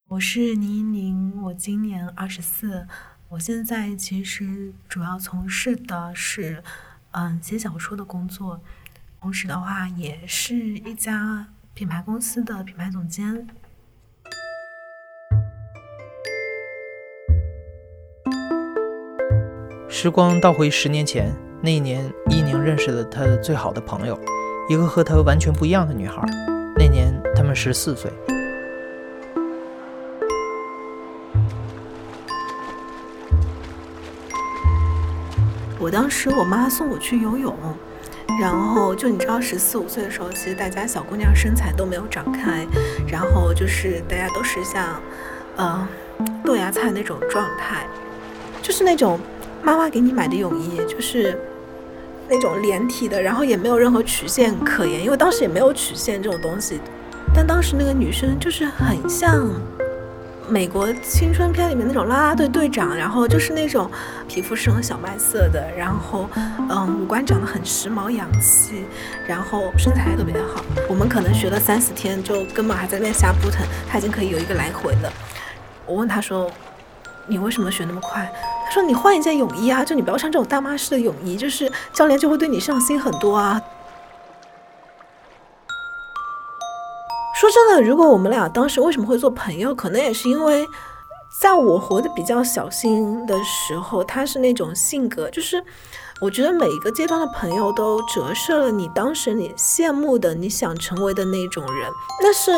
我是倪宁，我今年24，我现在其实主要从事的是写小说的工作，同时的话也是一家品牌公司的品牌总监。 时光倒回10年前，那一年伊宁认识了他的最好的朋友，一个和他完全不一样的女孩。那年他们14岁。 我当时我妈送我去游泳，然后就你知道14、15岁的时候，其实大家小姑娘身材都没有长开，然后就是大家都是像豆芽菜那种状态，就是那种妈妈给你买的泳衣，就是那种连体的，然后也没有任何曲线可言，因为当时也没有曲线这种东西。但当时那个女生就是很像美国青春片里面那种啦啦队队长，然后就是那种皮肤是很小麦色的，然后五官长得很时髦洋气，然后身材特别好。我们可能学了3、4天，就根本还在那边瞎扑腾，他已经可以有一个来回了。我问他说：“你为什么学那么快？”他说：“你换一件泳衣啊，就你不要穿这种大妈式的泳衣，就是教练就会对你上心很多啊。”说真的，如果我们俩当时为什么会做朋友，可能也是因为在我活得比较小心的时候，他是那种性格，就是我觉得每一个阶段的朋友都折射了你当时你羡慕的你想成为的那种人。那是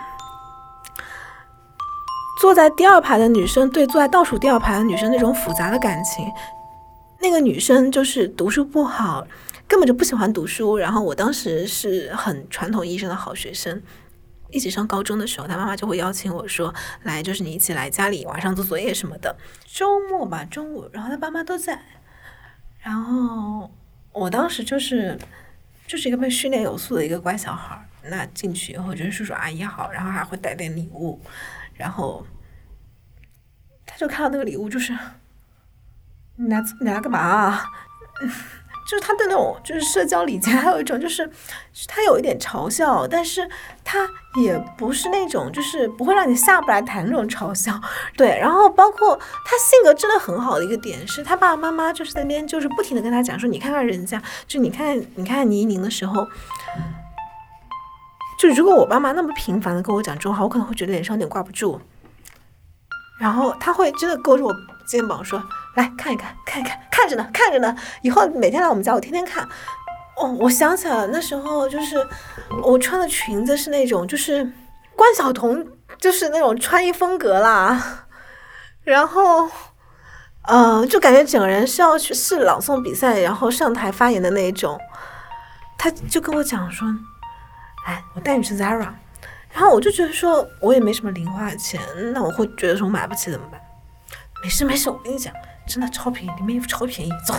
坐在第2排的女生对坐在倒数第2排的女生那种复杂的感情。那个女生就是读书不好，根本就不喜欢读书，然后我当时是很传统意义上的好学生。一起上高中的时候，他妈妈就会邀请我说，来就是你一起来家里晚上做作业什么的，周末吧中午，然后他爸妈都在，然后我当时就是一个被训练有素的一个乖小孩。那进去以后就是叔叔阿姨好，然后还会带点礼物，然后他就看到那个礼物，就是你来干嘛啊？就是他的那种就是社交礼节，还有一种就是他有一点嘲笑，但是他也不是那种就是不会让你下不来台那种嘲笑。对，然后包括他性格真的很好的一个点是，他爸爸妈妈就是在那边就是不停的跟他讲说，你看看人家，就你看倪宁的时候，就如果我爸妈那么频繁的跟我讲这种话，我可能会觉得脸上有点挂不住，然后他会真的勾着我肩膀说，来看一看，看着呢，以后每天来我们家我天天看。我想起来了，那时候就是我穿的裙子是那种就是关晓彤就是那种穿衣风格啦，然后就感觉整个人是要去试朗诵比赛然后上台发言的那种。他就跟我讲说，哎，我带你去 Zara， 然后我就觉得说我也没什么零花钱，那我会觉得说我买不起怎么办？没事，我跟你讲，真的超便宜，里面衣服超便宜，走。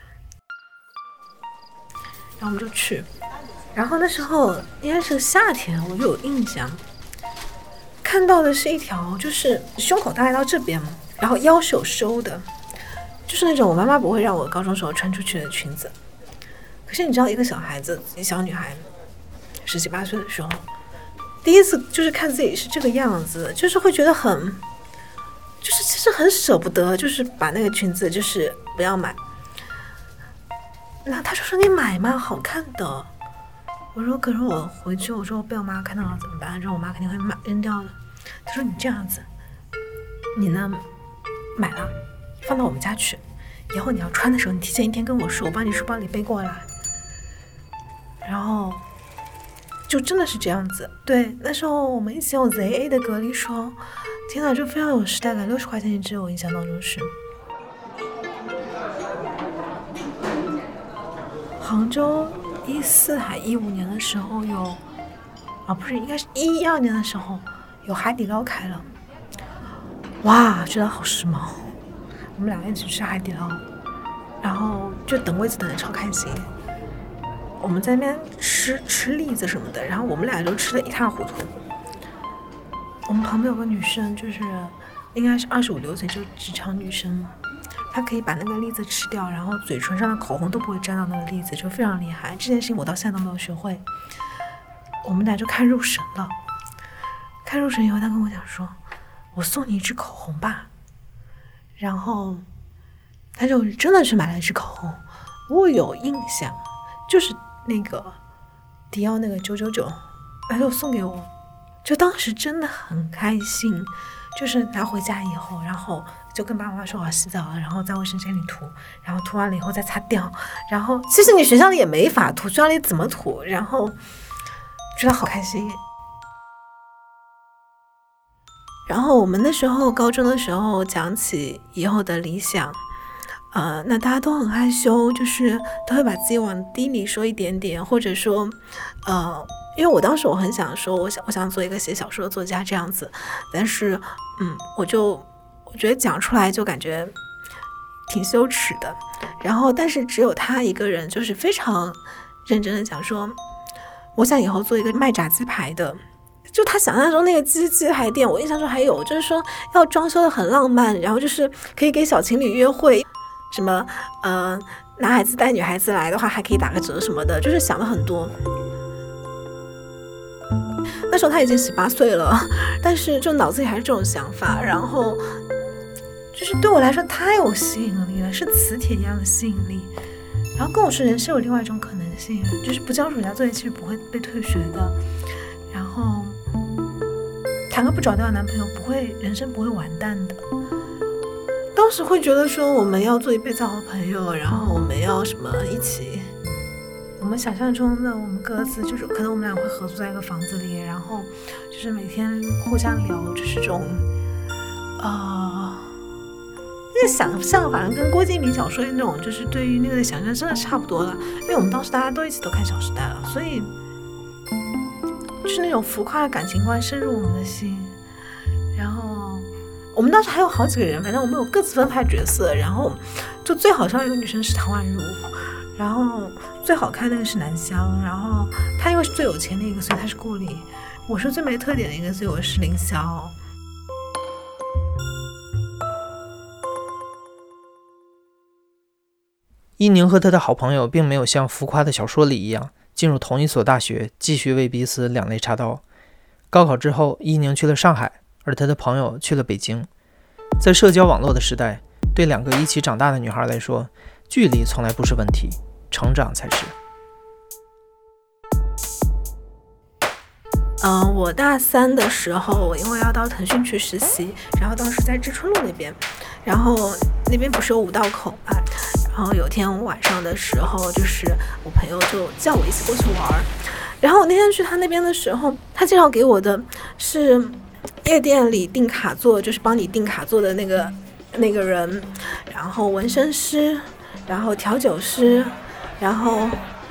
然后我们就去，然后那时候应该是夏天，我就有印象，看到的是一条就是胸口大概到这边嘛，然后腰是有收的，就是那种我妈妈不会让我高中时候穿出去的裙子。可是你知道，一个小孩子，小女孩，17、18岁的时候，第一次就是看自己是这个样子，就是会觉得很，就是其实很舍不得，就是把那个裙子就是不要买。然后他就说你买嘛，好看的。我说可是我回去，我说被我妈看到了怎么办？然后我妈肯定会扔掉的。他说你这样子，你呢买了放到我们家去，以后你要穿的时候你提前1天跟我说，我把你书包里背过来。然后就真的是这样子。对，那时候我们一起有 ZA 的隔离霜，天哪，就非常有时代感，60块钱一支，我印象当中是。杭州14还15年的时候有，不是，应该是12年的时候有海底捞开了，哇，觉得好时髦。我们2个一起去吃海底捞，然后就等位子等得超开心。我们在那边吃栗子什么的，然后我们俩就吃得一塌糊涂。我们旁边有个女生，就是应该是25、6岁，就职场女生，她可以把那个栗子吃掉，然后嘴唇上的口红都不会沾到那个栗子，就非常厉害。这件事情我到现在都没有学会。我们俩就看入神了，看入神以后，她跟我讲说， 我送你一支口红吧。然后他就真的去买了一支口红，我有印象，就是那个迪奥那个999，他就送给我，就当时真的很开心，就是拿回家以后，然后就跟爸妈说我要洗澡了，然后在卫生间里涂，然后涂完了以后再擦掉，然后其实你学校里也没法涂，学校里怎么涂，然后觉得好开心。然后我们那时候高中的时候讲起以后的理想，那大家都很害羞，就是都会把自己往低里说一点点，或者说因为我当时我很想说我想做一个写小说的作家这样子，但是我觉得讲出来就感觉挺羞耻的。然后但是只有他一个人就是非常认真的讲说，我想以后做一个卖炸鸡排的。就他想象中那个鸡排店，我印象中还有就是说要装修的很浪漫，然后就是可以给小情侣约会，什么男孩子带女孩子来的话还可以打个折什么的，就是想了很多。那时候他已经18岁了，但是就脑子里还是这种想法，然后就是对我来说太有吸引力了，是磁铁一样的吸引力。然后跟我说人生有另外一种可能性，就是不交暑假作业其实不会被退学的，然后谈个不着调的男朋友人生不会完蛋的。当时会觉得说我们要做一辈子好朋友，然后我们要什么一起，我们想象中的我们各自就是可能我们俩会合租在一个房子里，然后就是每天互相聊，就是这种那个想象反正跟郭敬明小说的那种就是对于那个的想象真的差不多了，因为我们当时大家都一起都看小时代了，所以就是那种浮夸的感情观深入我们的心。然后我们当时还有好几个人，反正我们有各自分派角色，然后就最好笑的一个女生是唐宛如，然后最好看那个是南湘，然后她因为是最有钱的一个，所以她是顾里，我是最没特点的一个，所以我是凌霄。 伊宁和他的好朋友并没有像浮夸的小说里一样进入同一所大学，继续为彼此两肋插刀。高考之后，伊宁去了上海，而他的朋友去了北京。在社交网络的时代，对两个一起长大的女孩来说，距离从来不是问题，成长才是。 我大3的时候，因为要到腾讯去实习，然后当时在知春路那边，然后那边不是有五道口嘛，然后有天晚上的时候，就是我朋友就叫我一起过去玩，然后我那天去他那边的时候，他介绍给我的是夜店里订卡座，就是帮你订卡座的那个人，然后纹身师，然后调酒师，然后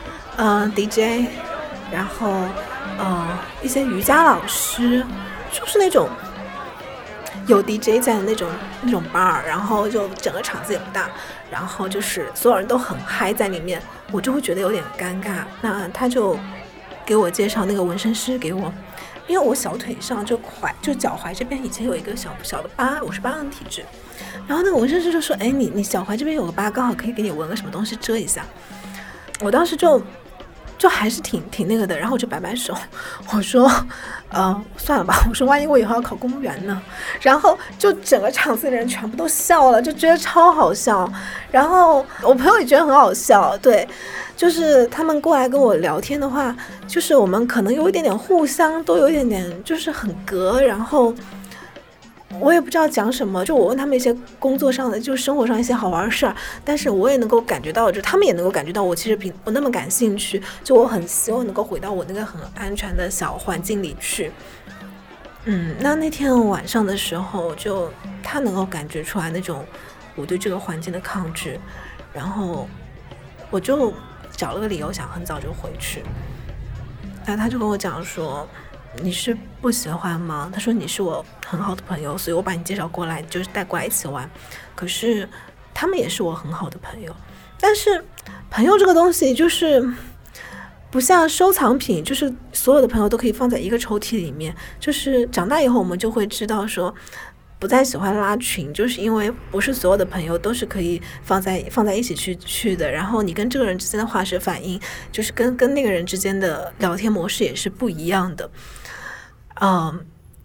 DJ， 然后一些瑜伽老师，就是那种有 DJ 在的那种 bar， 然后就整个场子也不大，然后就是所有人都很嗨在里面，我就会觉得有点尴尬。那他就给我介绍那个纹身师给我，因为我小腿上就脚踝这边以前有一个小的疤，我是疤痕体质，然后那个纹身师就说，哎，你脚踝这边有个疤，刚好可以给你纹个什么东西遮一下。我当时就还是挺那个的，然后我就摆摆手，我说算了吧，我说万一我以后要考公务员呢，然后就整个场子的人全部都笑了，就觉得超好笑，然后我朋友也觉得很好笑，对，就是他们过来跟我聊天的话，就是我们可能有一点点互相都有一点点就是很隔，然后我也不知道讲什么，就我问他们一些工作上的，就生活上一些好玩的事儿，但是我也能够感觉到，就他们也能够感觉到我其实不那么感兴趣，就我很希望能够回到我那个很安全的小环境里去。那天晚上的时候，就他能够感觉出来那种我对这个环境的抗拒，然后我就找了个理由想很早就回去。然后他就跟我讲说，你是不喜欢吗？他说你是我很好的朋友，所以我把你介绍过来，就是带过来一起玩。可是他们也是我很好的朋友，但是朋友这个东西就是不像收藏品，就是所有的朋友都可以放在一个抽屉里面。就是长大以后我们就会知道说，不再喜欢拉群，就是因为不是所有的朋友都是可以放在一起去的，然后你跟这个人之间的化学反应，就是跟那个人之间的聊天模式也是不一样的。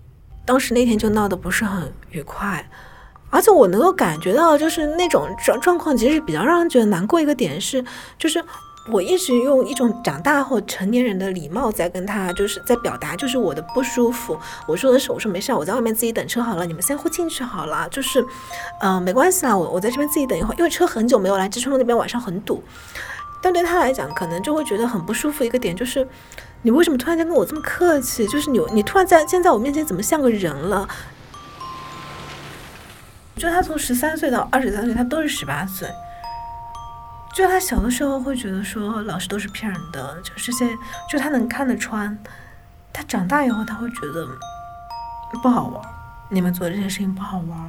当时那天就闹得不是很愉快，而且我能够感觉到，就是那种状况其实比较让人觉得难过。一个点是，就是我一直用一种长大后成年人的礼貌在跟他，就是在表达，就是我的不舒服。我说没事，我在外面自己等车好了，你们先进去好了，就是没关系啦，我在这边自己等一会儿，因为车很久没有来知春路那边晚上很堵。但对他来讲可能就会觉得很不舒服。一个点就是你为什么突然间跟我这么客气，就是你突然间在我面前怎么像个人了。就他从13岁到23岁他都是18岁，就他小的时候会觉得说老师都是骗人的，就这些就他能看得穿。他长大以后他会觉得不好玩，你们做的这些事情不好玩。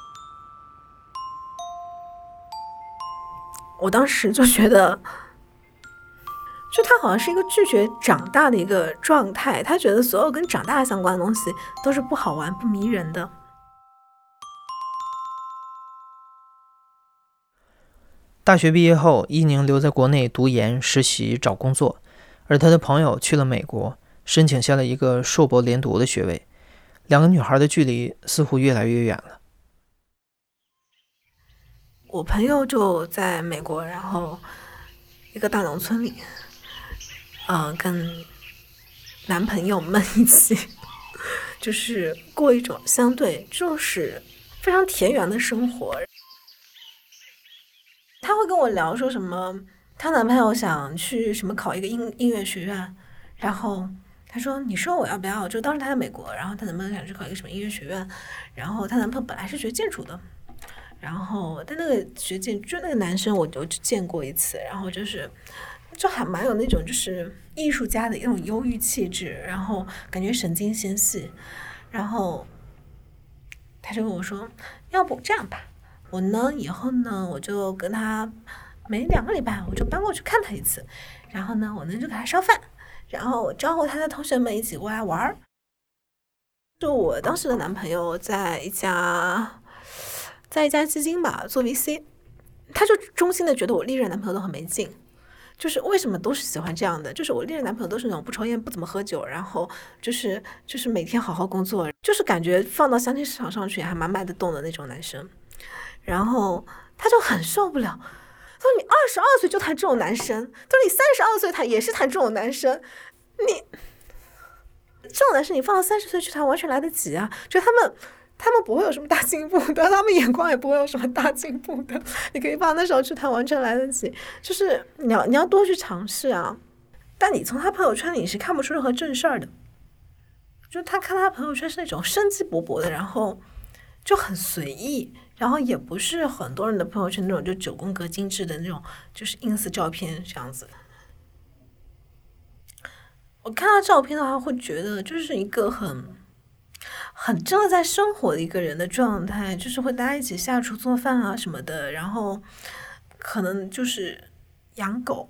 我当时就觉得就他好像是一个拒绝长大的一个状态，他觉得所有跟长大相关的东西都是不好玩不迷人的。 大学毕业后，伊宁留在国内读研、实习、找工作，而他的朋友去了美国，申请下了一个硕博连读的学位。两个女孩的距离似乎越来越远了。 我朋友就在美国，然后一个大农村里，跟男朋友们一起，就是过一种相对就是非常田园的生活。他会跟我聊说什么，她男朋友想去什么考一个音乐学院，然后他说你说我要不要，就当时他在美国，然后她男朋友想去考一个什么音乐学院，然后她男朋友本来是学建筑的，然后但那个学建就那个男生我就见过一次，然后就还蛮有那种就是艺术家的一种忧郁气质，然后感觉神经纤细。然后他就跟我说，要不这样吧，我呢以后呢我就跟他每2个礼拜我就搬过去看他一次，然后呢我呢就给他烧饭，然后我招呼他的同学们一起过来玩。就我当时的男朋友在一家基金吧做 VC， 他就衷心的觉得我历任男朋友都很没劲，就是为什么都是喜欢这样的，就是我历任男朋友都是那种不抽烟不怎么喝酒，然后就是每天好好工作，就是感觉放到相亲市场上去还蛮卖得动的那种男生。然后他就很受不了，他说你22岁就谈这种男生，他说你32岁他也是谈这种男生，你这种男生你放到30岁去谈完全来得及啊，就他们不会有什么大进步的，他们眼光也不会有什么大进步的，你可以放那时候去谈完全来得及，就是你要多去尝试啊。但你从他朋友圈里是看不出任何正事儿的，就他看他朋友圈是那种生机勃勃的，然后就很随意，然后也不是很多人的朋友圈那种就9宫格精致的那种就是 ins 照片这样子。我看他照片的话会觉得就是一个很真的在生活的一个人的状态，就是会大家一起下厨做饭啊什么的，然后可能就是养狗。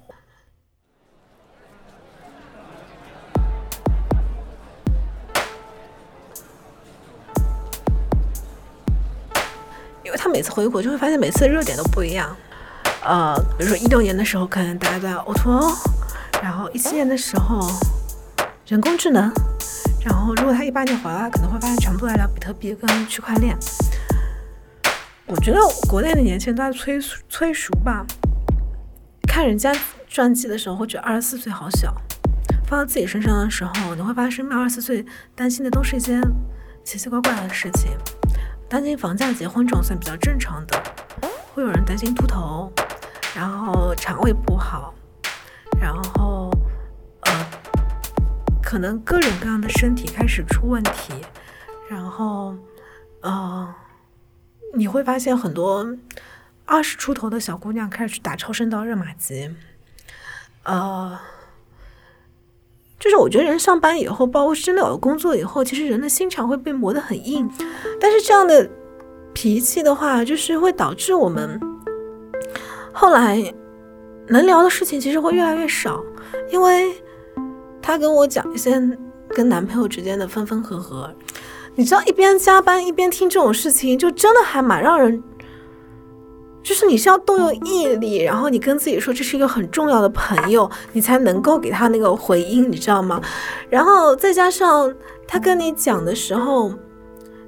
因为他每次回国就会发现每次的热点都不一样，比如说16年的时候可能大家都在 O2O， 然后17年的时候人工智能，然后如果他18年回来可能会发现全部在聊比特币跟区块链。我觉得国内的年轻人都在催熟吧，看人家传记的时候会觉得24岁好小，放到自己身上的时候你会发现24岁担心的都是一些奇奇怪怪的事情，担心房价结婚这种算比较正常的，会有人担心秃头，然后肠胃不好，然后可能各种各样的身体开始出问题，然后你会发现很多20出头的小姑娘开始去打超声刀热玛吉，就是我觉得人上班以后包括真的有工作以后，其实人的心肠会被磨得很硬，但是这样的脾气的话就是会导致我们后来能聊的事情其实会越来越少，因为他跟我讲一些跟男朋友之间的分分合合，你知道一边加班一边听这种事情就真的还蛮让人，就是你是要动用毅力，然后你跟自己说这是一个很重要的朋友，你才能够给他那个回应，你知道吗？然后再加上他跟你讲的时候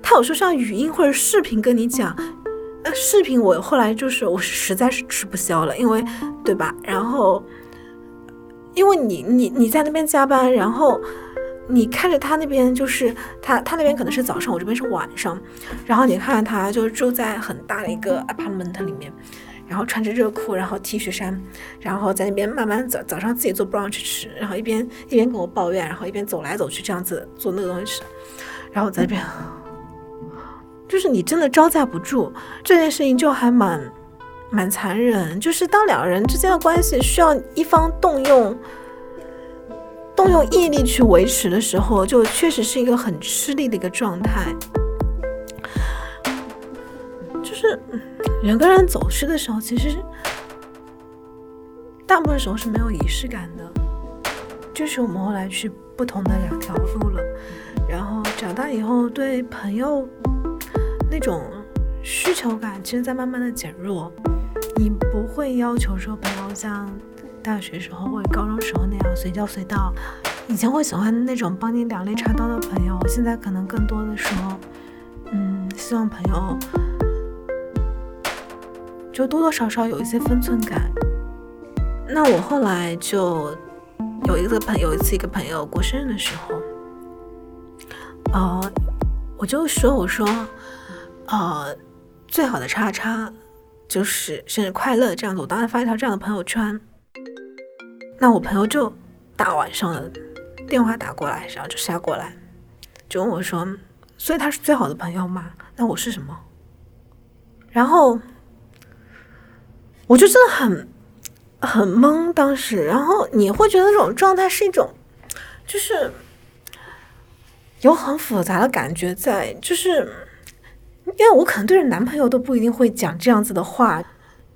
他有时候像语音或者视频跟你讲，视频我后来就是我实在是吃不消了，因为对吧？然后因为你在那边加班，然后你看着他那边就是他那边可能是早上，我这边是晚上，然后你看他就住在很大的一个 apartment 里面，然后穿着热裤，然后 T 恤衫，然后在那边慢慢早上自己做 brunch 吃，然后一边跟我抱怨，然后一边走来走去这样子做那个东西吃，然后在那边就是你真的招架不住，这件事情就还蛮残忍，就是当两个人之间的关系需要一方动用毅力去维持的时候，就确实是一个很吃力的一个状态。就是人跟人走失的时候，其实大部分时候是没有仪式感的，就是我们后来去不同的两条路了，然后长大以后对朋友那种需求感其实在慢慢的减弱，你不会要求说朋友像大学时候或者高中时候那样随叫随到，以前会喜欢那种帮你两肋插刀的朋友，现在可能更多的时候希望朋友就多多少少有一些分寸感。那我后来就有一次一个朋友过生日的时候，我就说最好的叉叉就是生日快乐这样子，我当时发一条这样的朋友圈，那我朋友就大晚上的电话打过来，然后就杀过来，就问我说，所以他是最好的朋友吗？那我是什么？然后我就真的很懵当时，然后你会觉得这种状态是一种就是有很复杂的感觉在，就是因为我可能对着男朋友都不一定会讲这样子的话。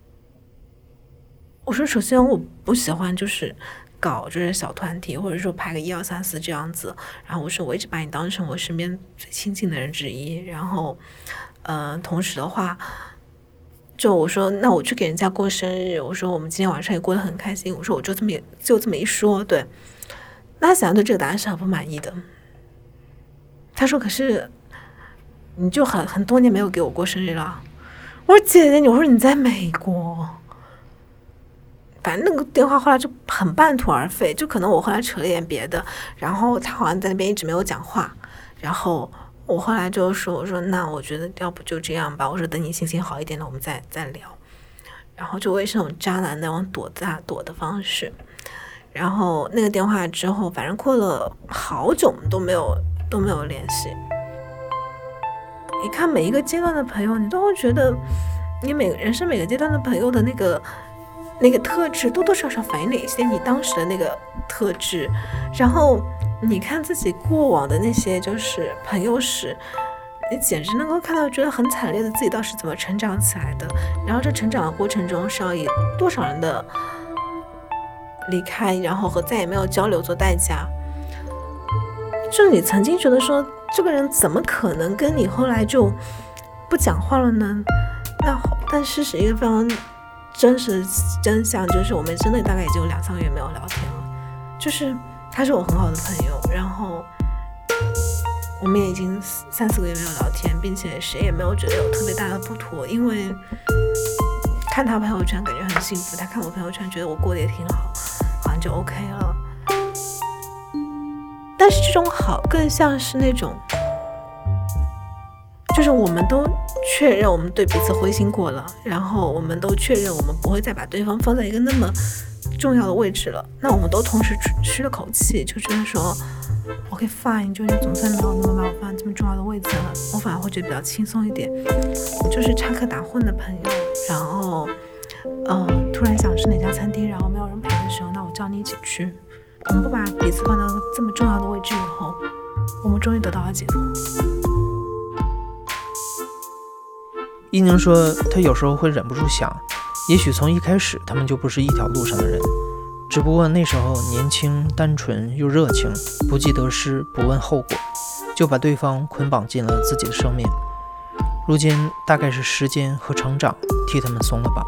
我说首先我不喜欢就是搞就是小团体，或者说排个1、2、3、4这样子，然后我说我一直把你当成我身边最亲近的人之一，然后同时的话就我说那我去给人家过生日，我说我们今天晚上也过得很开心，我说我就这么一说，对，那他显然对这个答案是很不满意的。他说可是你就很多年没有给我过生日了。我说姐姐，我说你在美国，反正那个电话后来就很半途而废，就可能我后来扯了点别的，然后他好像在那边一直没有讲话，然后我后来就说，我说那我觉得要不就这样吧，我说等你心情好一点了我们再聊，然后就我也是那种渣男那种躲的方式，然后那个电话之后反正过了好久都没有联系。你看每一个阶段的朋友，你都会觉得你人生每个阶段的朋友的那个特质多多少少反映了一些你当时的那个特质，然后你看自己过往的那些就是朋友史，你简直能够看到觉得很惨烈的自己到底是怎么成长起来的，然后这成长的过程中是要以多少人的离开然后和再也没有交流做代价。就是你曾经觉得说这个人怎么可能跟你后来就不讲话了呢？但事实一个非常真实的真相就是我们真的大概已经有2、3个月没有聊天了，就是他是我很好的朋友，然后我们也已经3、4个月没有聊天，并且谁也没有觉得有特别大的不妥，因为看他朋友圈感觉很幸福，他看我朋友圈觉得我过得也挺好，好像就 OK 了。但是这种好更像是那种就是我们都确认我们对彼此灰心过了，然后我们都确认我们不会再把对方放在一个那么重要的位置了，那我们都同时吁了口气，就觉得说 OK fine， 就你总算没有那么把我放在这么重要的位置了，我反而会觉得比较轻松一点，就是插科打诨的朋友，然后突然想吃哪家餐厅，然后没有人陪的时候，那我叫你一起去，我们不把彼此放到这么重要的位置以后，我们终于得到了解脱。 伊宁说他有时候会忍不住想，也许从一开始他们就不是一条路上的人，只不过那时候年轻单纯又热情，不计得失不问后果，就把对方捆绑进了自己的生命，如今大概是时间和成长替他们松了绑。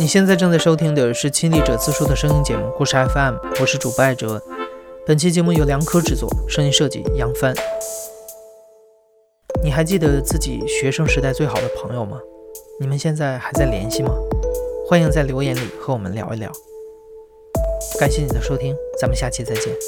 你现在正在收听的是亲历者自述的声音节目故事 FM， 我是主播艾哲。本期节目由梁科制作，声音设计杨帆。你还记得自己学生时代最好的朋友吗？你们现在还在联系吗？欢迎在留言里和我们聊一聊。感谢你的收听，咱们下期再见。